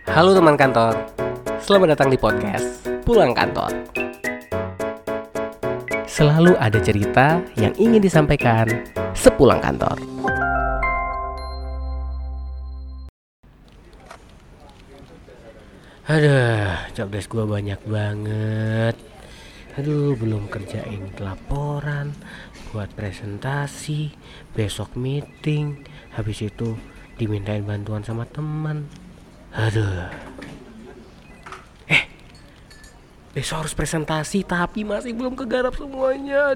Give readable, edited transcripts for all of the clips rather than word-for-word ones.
Halo teman kantor, selamat datang di podcast Pulang Kantor. Selalu ada cerita yang ingin disampaikan sepulang kantor. Aduh, jobdesk gue banyak banget. Belum kerjain laporan, buat presentasi, besok meeting, habis itu dimintain bantuan sama teman. Besok harus presentasi tapi masih belum kegarap semuanya.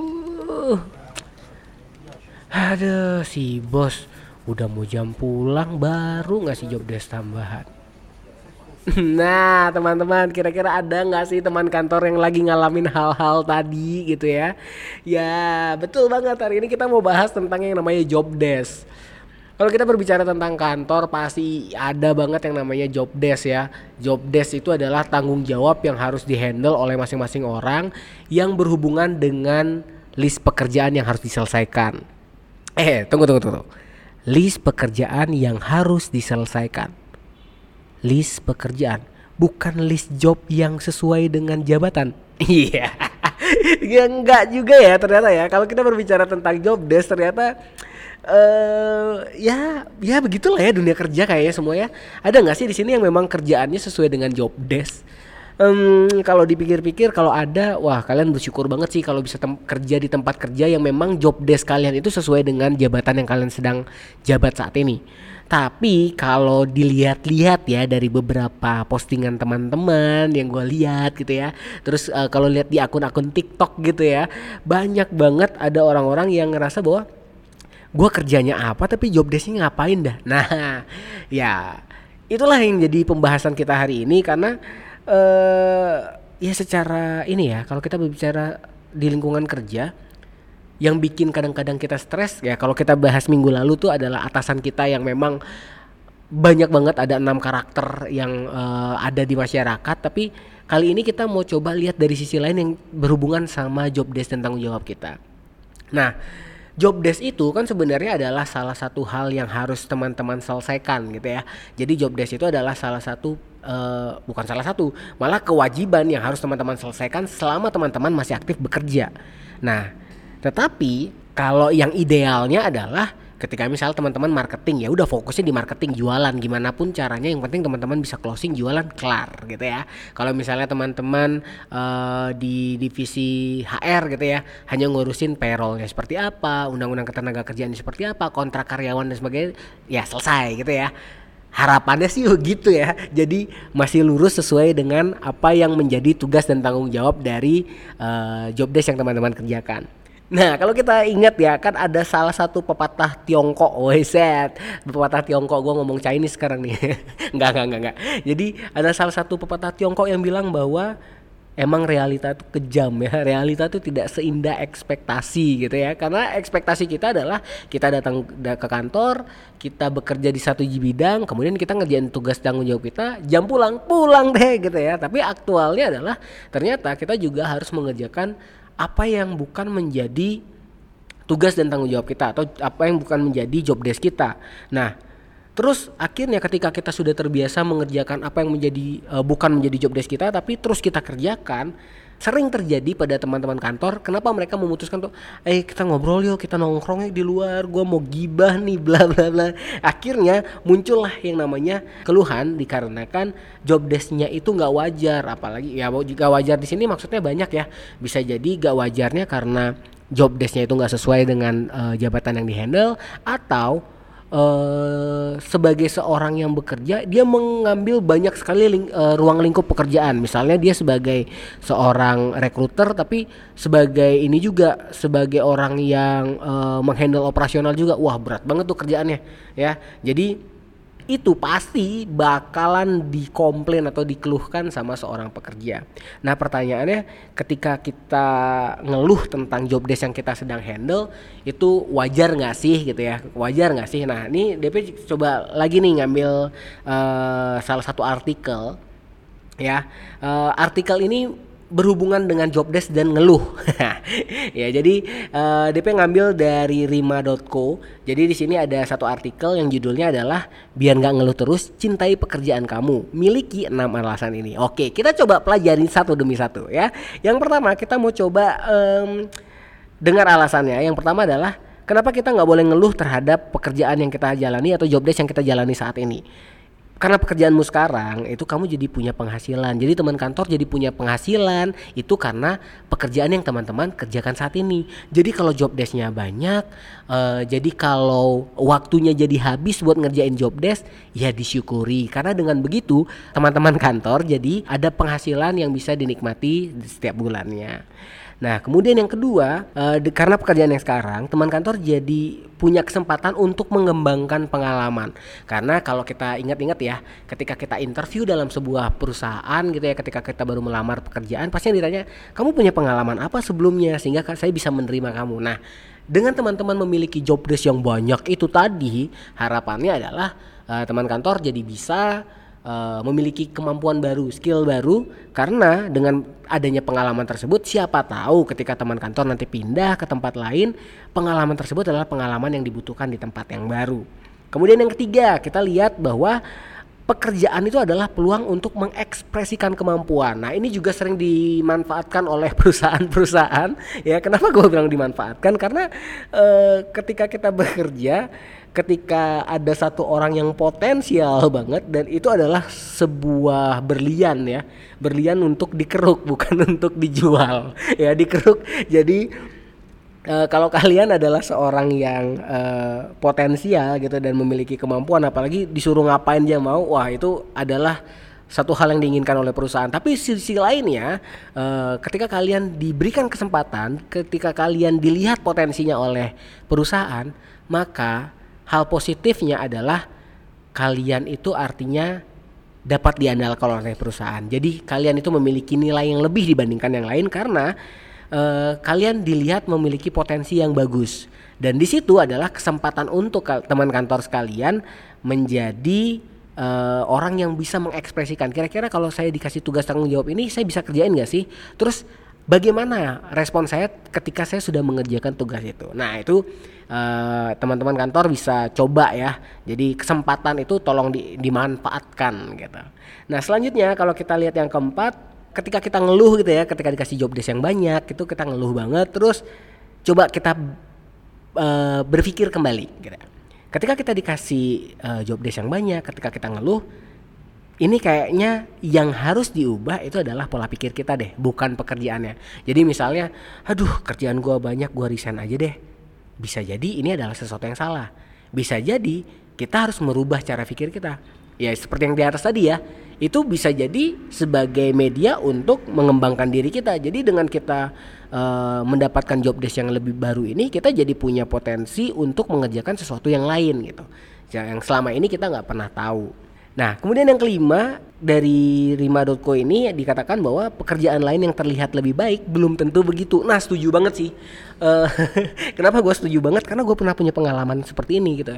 Si bos udah mau jam pulang baru ngasih jobdesk tambahan. Nah teman-teman, kira-kira ada gak sih teman kantor yang lagi ngalamin hal-hal tadi gitu ya? Ya betul banget, hari ini kita mau bahas tentang yang namanya jobdesk. Kalau kita berbicara tentang kantor pasti ada banget yang namanya jobdesk ya. Jobdesk itu adalah tanggung jawab yang harus dihandle oleh masing-masing orang yang berhubungan dengan list pekerjaan yang harus diselesaikan. Tunggu. List pekerjaan yang harus diselesaikan. List pekerjaan, bukan list job yang sesuai dengan jabatan. Iya. Ya enggak juga ya ternyata ya. Kalau kita berbicara tentang jobdesk ternyata ya begitulah ya dunia kerja kayaknya semua ya. Ada nggak sih di sini yang memang kerjaannya sesuai dengan job desk? Kalau dipikir-pikir kalau ada, wah kalian bersyukur banget sih kalau bisa kerja di tempat kerja yang memang job desk kalian itu sesuai dengan jabatan yang kalian sedang jabat saat ini. Tapi kalau dilihat-lihat ya dari beberapa postingan teman-teman yang gue lihat gitu ya, terus kalau lihat di akun-akun TikTok gitu ya, banyak banget ada orang-orang yang ngerasa bahwa gue kerjanya apa tapi job desknya ngapain dah. Nah ya itulah yang jadi pembahasan kita hari ini karena ya secara ini ya, kalau kita berbicara di lingkungan kerja yang bikin kadang-kadang kita stres ya, kalau kita bahas minggu lalu tuh adalah atasan kita yang memang banyak banget, ada 6 karakter yang ada di masyarakat. Tapi kali ini kita mau coba lihat dari sisi lain yang berhubungan sama job desk dan tanggung jawab kita. Nah, job desk itu kan sebenarnya adalah salah satu hal yang harus teman-teman selesaikan gitu ya. Jadi job desk itu adalah malah kewajiban yang harus teman-teman selesaikan selama teman-teman masih aktif bekerja. Nah, tetapi kalau yang idealnya adalah ketika misal teman-teman marketing, ya udah fokusnya di marketing, jualan gimana pun caranya, yang penting teman-teman bisa closing, jualan, kelar gitu ya. Kalau misalnya teman-teman di divisi HR gitu ya, hanya ngurusin payrollnya seperti apa, undang-undang ketenagakerjaannya seperti apa, kontrak karyawan dan sebagainya, ya selesai gitu ya. Harapannya sih gitu ya. Jadi masih lurus sesuai dengan apa yang menjadi tugas dan tanggung jawab dari job desk yang teman-teman kerjakan. Nah kalau kita ingat ya, kan ada salah satu pepatah Tiongkok. Pepatah Tiongkok, gue ngomong Chinese sekarang nih. Enggak. Jadi ada salah satu pepatah Tiongkok yang bilang bahwa emang realita itu kejam ya. Realita itu tidak seindah ekspektasi gitu ya. Karena ekspektasi kita adalah kita datang ke kantor, kita bekerja di satu bidang, kemudian kita ngerjain tugas tanggung jawab kita, jam pulang deh gitu ya. Tapi aktualnya adalah ternyata kita juga harus mengerjakan apa yang bukan menjadi tugas dan tanggung jawab kita, atau apa yang bukan menjadi job desk kita. Nah, terus akhirnya ketika kita sudah terbiasa mengerjakan apa yang bukan menjadi job desk kita, tapi terus kita kerjakan, sering terjadi pada teman-teman kantor. Kenapa mereka memutuskan tuh, kita ngobrol yuk, kita nongkrong yuk di luar, gue mau gibah nih, bla bla bla. Akhirnya muncullah yang namanya keluhan dikarenakan job desk-nya itu nggak wajar. Apalagi ya juga wajar di sini maksudnya banyak ya. Bisa jadi nggak wajarnya karena job desk-nya itu nggak sesuai dengan jabatan yang dihandle, atau sebagai seorang yang bekerja dia mengambil banyak sekali ruang lingkup pekerjaan. Misalnya dia sebagai seorang rekruter, tapi sebagai orang yang menghandle operasional juga, wah berat banget tuh kerjaannya ya. Jadi itu pasti bakalan dikomplain atau dikeluhkan sama seorang pekerja. Nah pertanyaannya, ketika kita ngeluh tentang job desk yang kita sedang handle, itu wajar gak sih gitu ya, wajar gak sih? Nah ini DP coba lagi nih ngambil salah satu artikel ya. Artikel ini berhubungan dengan job desk dan ngeluh. Ya, jadi DP ngambil dari rima.co. Jadi di sini ada satu artikel yang judulnya adalah biar nggak ngeluh terus, cintai pekerjaan kamu, miliki 6 alasan ini. Oke, kita coba pelajari satu demi satu ya. Yang pertama kita mau coba dengar alasannya. Yang pertama adalah kenapa kita nggak boleh ngeluh terhadap pekerjaan yang kita jalani atau job desk yang kita jalani saat ini. Karena pekerjaanmu sekarang itu kamu jadi punya penghasilan. Jadi teman kantor jadi punya penghasilan itu karena pekerjaan yang teman-teman kerjakan saat ini. Jadi kalau job desk-nya banyak, jadi kalau waktunya jadi habis buat ngerjain job desk, ya disyukuri. Karena dengan begitu teman-teman kantor jadi ada penghasilan yang bisa dinikmati setiap bulannya. Nah, kemudian yang kedua, karena pekerjaan yang sekarang, teman kantor jadi punya kesempatan untuk mengembangkan pengalaman. Karena kalau kita ingat-ingat ya, ketika kita interview dalam sebuah perusahaan gitu ya, ketika kita baru melamar pekerjaan, pasti ditanya, kamu punya pengalaman apa sebelumnya sehingga saya bisa menerima kamu. Nah, dengan teman-teman memiliki job desk yang banyak itu tadi, harapannya adalah teman kantor jadi bisa memiliki kemampuan baru, skill baru, karena dengan adanya pengalaman tersebut siapa tahu ketika teman kantor nanti pindah ke tempat lain, pengalaman tersebut adalah pengalaman yang dibutuhkan di tempat yang baru. Kemudian yang ketiga, kita lihat bahwa pekerjaan itu adalah peluang untuk mengekspresikan kemampuan. Nah, ini juga sering dimanfaatkan oleh perusahaan-perusahaan. Ya, kenapa gue bilang dimanfaatkan? Karena ketika kita bekerja, ketika ada satu orang yang potensial banget dan itu adalah sebuah berlian ya, berlian untuk dikeruk bukan untuk dijual ya, dikeruk. Jadi kalau kalian adalah seorang yang potensial gitu dan memiliki kemampuan, apalagi disuruh ngapain dia mau, wah itu adalah satu hal yang diinginkan oleh perusahaan. Tapi sisi lainnya, ketika kalian diberikan kesempatan, ketika kalian dilihat potensinya oleh perusahaan, maka hal positifnya adalah kalian itu artinya dapat diandalkan oleh perusahaan. Jadi kalian itu memiliki nilai yang lebih dibandingkan yang lain karena kalian dilihat memiliki potensi yang bagus. Dan di situ adalah kesempatan untuk teman kantor sekalian menjadi orang yang bisa mengekspresikan. Kira-kira kalau saya dikasih tugas tanggung jawab ini, saya bisa kerjain nggak sih? Terus bagaimana respon saya ketika saya sudah mengerjakan tugas itu? Nah, itu teman-teman kantor bisa coba ya. Jadi kesempatan itu tolong dimanfaatkan gitu. Nah, selanjutnya kalau kita lihat yang keempat, ketika kita ngeluh gitu ya, ketika dikasih job desk yang banyak itu kita ngeluh banget, terus coba kita berpikir kembali gitu. Ketika kita dikasih job desk yang banyak, ketika kita ngeluh, ini kayaknya yang harus diubah itu adalah pola pikir kita deh, bukan pekerjaannya. Jadi misalnya, aduh kerjaan gue banyak, gue resign aja deh. Bisa jadi ini adalah sesuatu yang salah. Bisa jadi kita harus merubah cara pikir kita. Ya seperti yang di atas tadi ya, itu bisa jadi sebagai media untuk mengembangkan diri kita. Jadi dengan kita mendapatkan job desk yang lebih baru ini, kita jadi punya potensi untuk mengerjakan sesuatu yang lain gitu, yang selama ini kita nggak pernah tahu. Nah, kemudian yang kelima dari rima.co ini dikatakan bahwa pekerjaan lain yang terlihat lebih baik belum tentu begitu. Nah, setuju banget sih. Kenapa gue setuju banget? Karena gue pernah punya pengalaman seperti ini gitu.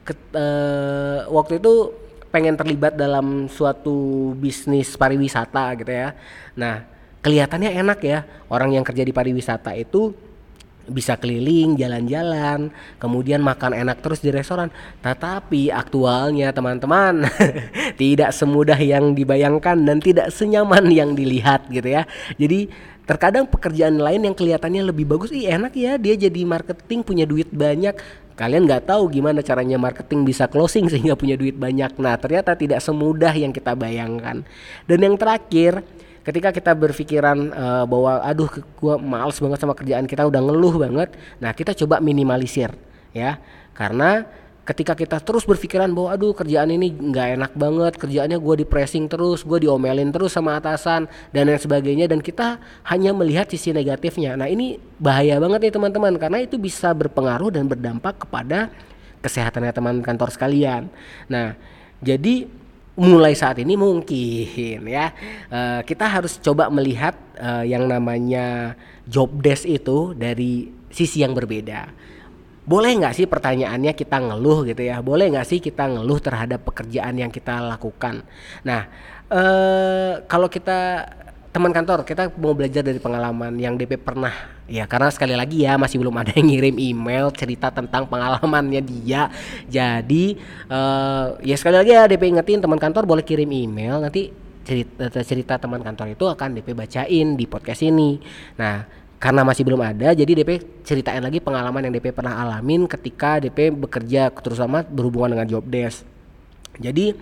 Waktu itu pengen terlibat dalam suatu bisnis pariwisata gitu ya. Nah, kelihatannya enak ya. Orang yang kerja di pariwisata itu bisa keliling, jalan-jalan, kemudian makan enak terus di restoran. Tetapi aktualnya teman-teman tidak semudah yang dibayangkan dan tidak senyaman yang dilihat gitu ya. Jadi terkadang pekerjaan lain yang kelihatannya lebih bagus, enak ya, dia jadi marketing, punya duit banyak. Kalian nggak tahu gimana caranya marketing bisa closing sehingga punya duit banyak. Nah, ternyata tidak semudah yang kita bayangkan. Dan yang terakhir, ketika kita berpikiran bahwa aduh gue males banget sama kerjaan, kita udah ngeluh banget, nah kita coba minimalisir ya. Karena ketika kita terus berpikiran bahwa aduh kerjaan ini nggak enak banget, kerjaannya gue di pressing terus, gue diomelin terus sama atasan dan lain sebagainya, dan kita hanya melihat sisi negatifnya. Nah ini bahaya banget nih teman-teman, karena itu bisa berpengaruh dan berdampak kepada kesehatannya teman kantor sekalian. Nah jadi mulai saat ini mungkin ya kita harus coba melihat yang namanya job desk itu dari sisi yang berbeda. Boleh nggak sih pertanyaannya kita ngeluh gitu ya? Boleh nggak sih kita ngeluh terhadap pekerjaan yang kita lakukan? Nah kalau kita teman kantor, kita mau belajar dari pengalaman yang DP pernah ya, karena sekali lagi ya masih belum ada yang ngirim email cerita tentang pengalamannya dia. Jadi ya sekali lagi ya DP ingetin, teman kantor boleh kirim email, nanti cerita teman kantor itu akan DP bacain di podcast ini. Nah, karena masih belum ada, jadi DP ceritain lagi pengalaman yang DP pernah alamin ketika DP bekerja, terutama berhubungan dengan job desk. Jadi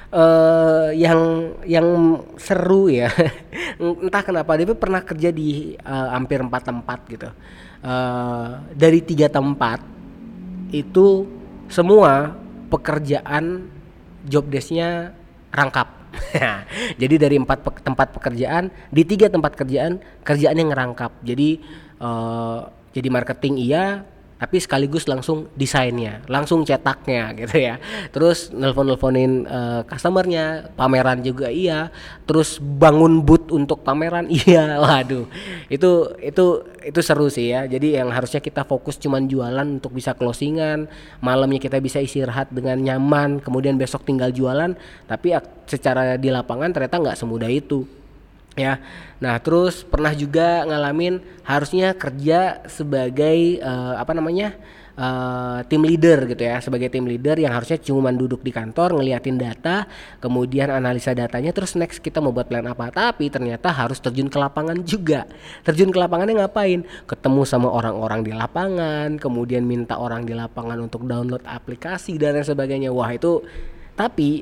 yang seru ya entah kenapa DP pernah kerja di hampir 4 tempat gitu. Dari 3 tempat itu semua pekerjaan job desk-nya rangkap. Jadi dari 4 tempat pekerjaan, di 3 tempat kerjaannya ngerangkap. Jadi marketing iya, tapi sekaligus langsung desainnya, langsung cetaknya gitu ya. Terus nelponin customernya, pameran juga iya, terus bangun booth untuk pameran iya. Waduh, itu seru sih ya. Jadi yang harusnya kita fokus cuman jualan untuk bisa closingan, malamnya kita bisa istirahat dengan nyaman, kemudian besok tinggal jualan, tapi secara di lapangan ternyata nggak semudah itu. Ya, nah terus pernah juga ngalamin harusnya kerja sebagai team leader gitu ya, sebagai team leader yang harusnya cuma duduk di kantor ngeliatin data, kemudian analisa datanya, terus next kita mau buat plan apa, tapi ternyata harus terjun ke lapangan juga. Terjun ke lapangannya ngapain? Ketemu sama orang-orang di lapangan, kemudian minta orang di lapangan untuk download aplikasi dan lain sebagainya. Wah itu, tapi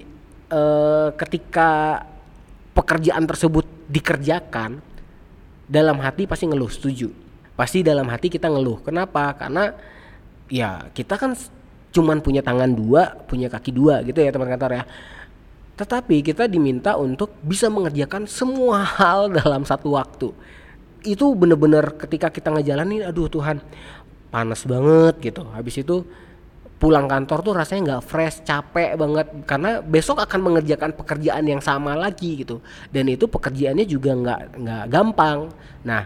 ketika pekerjaan tersebut dikerjakan, dalam hati pasti ngeluh, setuju. Pasti dalam hati kita ngeluh. Kenapa? Karena ya kita kan cuman punya tangan 2, punya kaki 2 gitu ya teman kantor ya. Tetapi kita diminta untuk bisa mengerjakan semua hal dalam satu waktu. Itu bener-bener ketika kita ngejalanin, aduh Tuhan, panas banget gitu. Habis itu pulang kantor tuh rasanya nggak fresh, capek banget karena besok akan mengerjakan pekerjaan yang sama lagi gitu, dan itu pekerjaannya juga nggak gampang. Nah,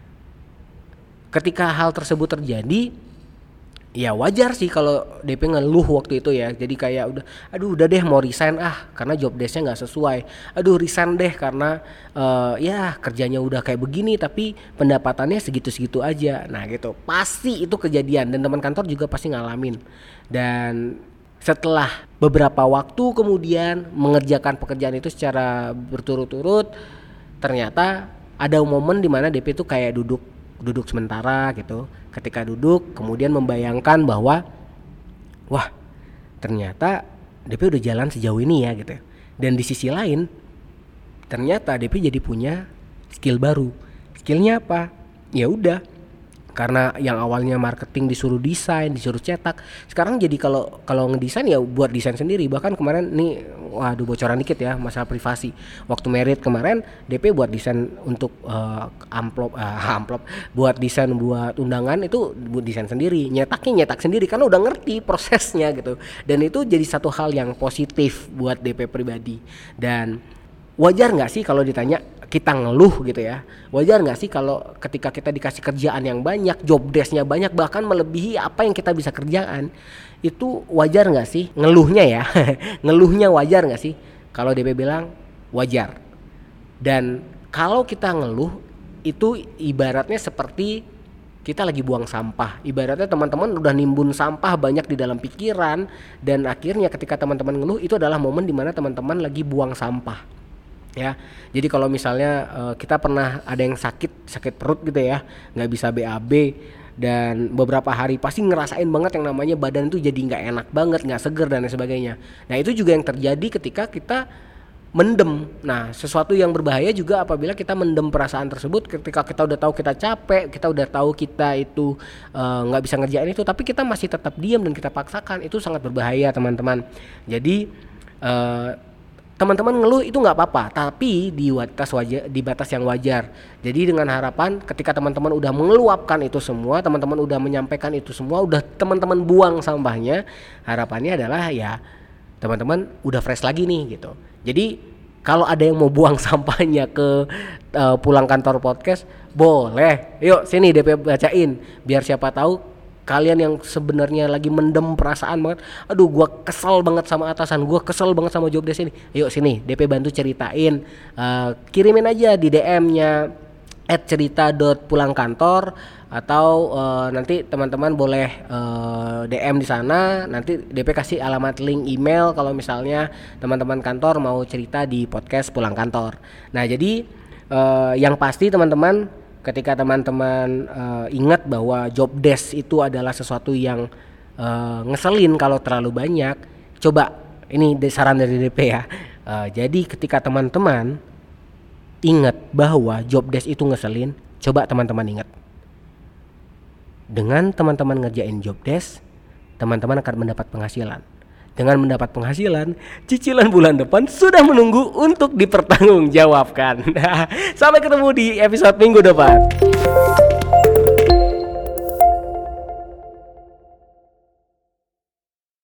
ketika hal tersebut terjadi, ya wajar sih kalau DP ngeluh waktu itu ya. Jadi kayak udah deh mau resign karena job desk-nya nggak sesuai. Aduh resign deh karena ya kerjanya udah kayak begini tapi pendapatannya segitu-segitu aja. Nah gitu, pasti itu kejadian dan teman kantor juga pasti ngalamin. Dan setelah beberapa waktu kemudian mengerjakan pekerjaan itu secara berturut-turut, ternyata ada momen di mana DP itu kayak duduk sementara gitu. Ketika duduk kemudian membayangkan bahwa wah ternyata DP udah jalan sejauh ini ya gitu. Dan di sisi lain ternyata DP jadi punya skill baru. Skillnya apa? Ya udah, karena yang awalnya marketing disuruh desain, disuruh cetak, sekarang jadi kalau ngedesain ya buat desain sendiri. Bahkan kemarin nih, waduh bocoran dikit ya masalah privasi. Waktu merit kemarin DP buat desain untuk amplop, buat desain buat undangan itu buat desain sendiri, nyetak sendiri karena udah ngerti prosesnya gitu. Dan itu jadi satu hal yang positif buat DP pribadi. Dan wajar nggak sih kalau ditanya kita ngeluh gitu ya? Wajar nggak sih kalau ketika kita dikasih kerjaan yang banyak, job desk-nya banyak, bahkan melebihi apa yang kita bisa kerjaan, itu wajar nggak sih ngeluhnya ya? Ngeluhnya wajar nggak sih? Kalau DP bilang wajar. Dan kalau kita ngeluh itu ibaratnya seperti kita lagi buang sampah. Ibaratnya teman-teman udah nimbun sampah banyak di dalam pikiran, dan akhirnya ketika teman-teman ngeluh itu adalah momen dimana teman-teman lagi buang sampah. Ya, jadi kalau misalnya kita pernah ada yang sakit perut gitu ya, nggak bisa BAB dan beberapa hari pasti ngerasain banget yang namanya badan itu jadi nggak enak banget, nggak seger dan lain sebagainya. Nah itu juga yang terjadi ketika kita mendem. Nah sesuatu yang berbahaya juga apabila kita mendem perasaan tersebut. Ketika kita udah tahu kita capek, kita udah tahu kita itu nggak bisa ngerjain itu, tapi kita masih tetap diam dan kita paksakan, itu sangat berbahaya teman-teman. Jadi teman-teman ngeluh itu nggak apa-apa, tapi di batas yang wajar. Jadi dengan harapan ketika teman-teman udah mengeluapkan itu semua, teman-teman udah menyampaikan itu semua, udah teman-teman buang sampahnya, harapannya adalah ya teman-teman udah fresh lagi nih gitu. Jadi kalau ada yang mau buang sampahnya ke pulang kantor podcast, boleh, yuk sini DP bacain, biar siapa tahu kalian yang sebenarnya lagi mendem perasaan banget, aduh gua kesel banget sama atasan, gua kesel banget sama job desk ini, yuk sini DP bantu ceritain, kirimin aja di DM-nya @cerita.pulangkantor atau nanti teman-teman boleh DM di sana, nanti DP kasih alamat link email kalau misalnya teman-teman kantor mau cerita di podcast Pulang Kantor. Nah jadi yang pasti teman-teman, ketika teman-teman ingat bahwa job desk itu adalah sesuatu yang ngeselin kalau terlalu banyak, coba ini saran dari DP ya. Jadi ketika teman-teman ingat bahwa job desk itu ngeselin, coba teman-teman ingat, dengan teman-teman ngerjain job desk, teman-teman akan mendapat penghasilan. Dengan mendapat penghasilan, cicilan bulan depan sudah menunggu untuk dipertanggungjawabkan. Sampai ketemu di episode minggu depan.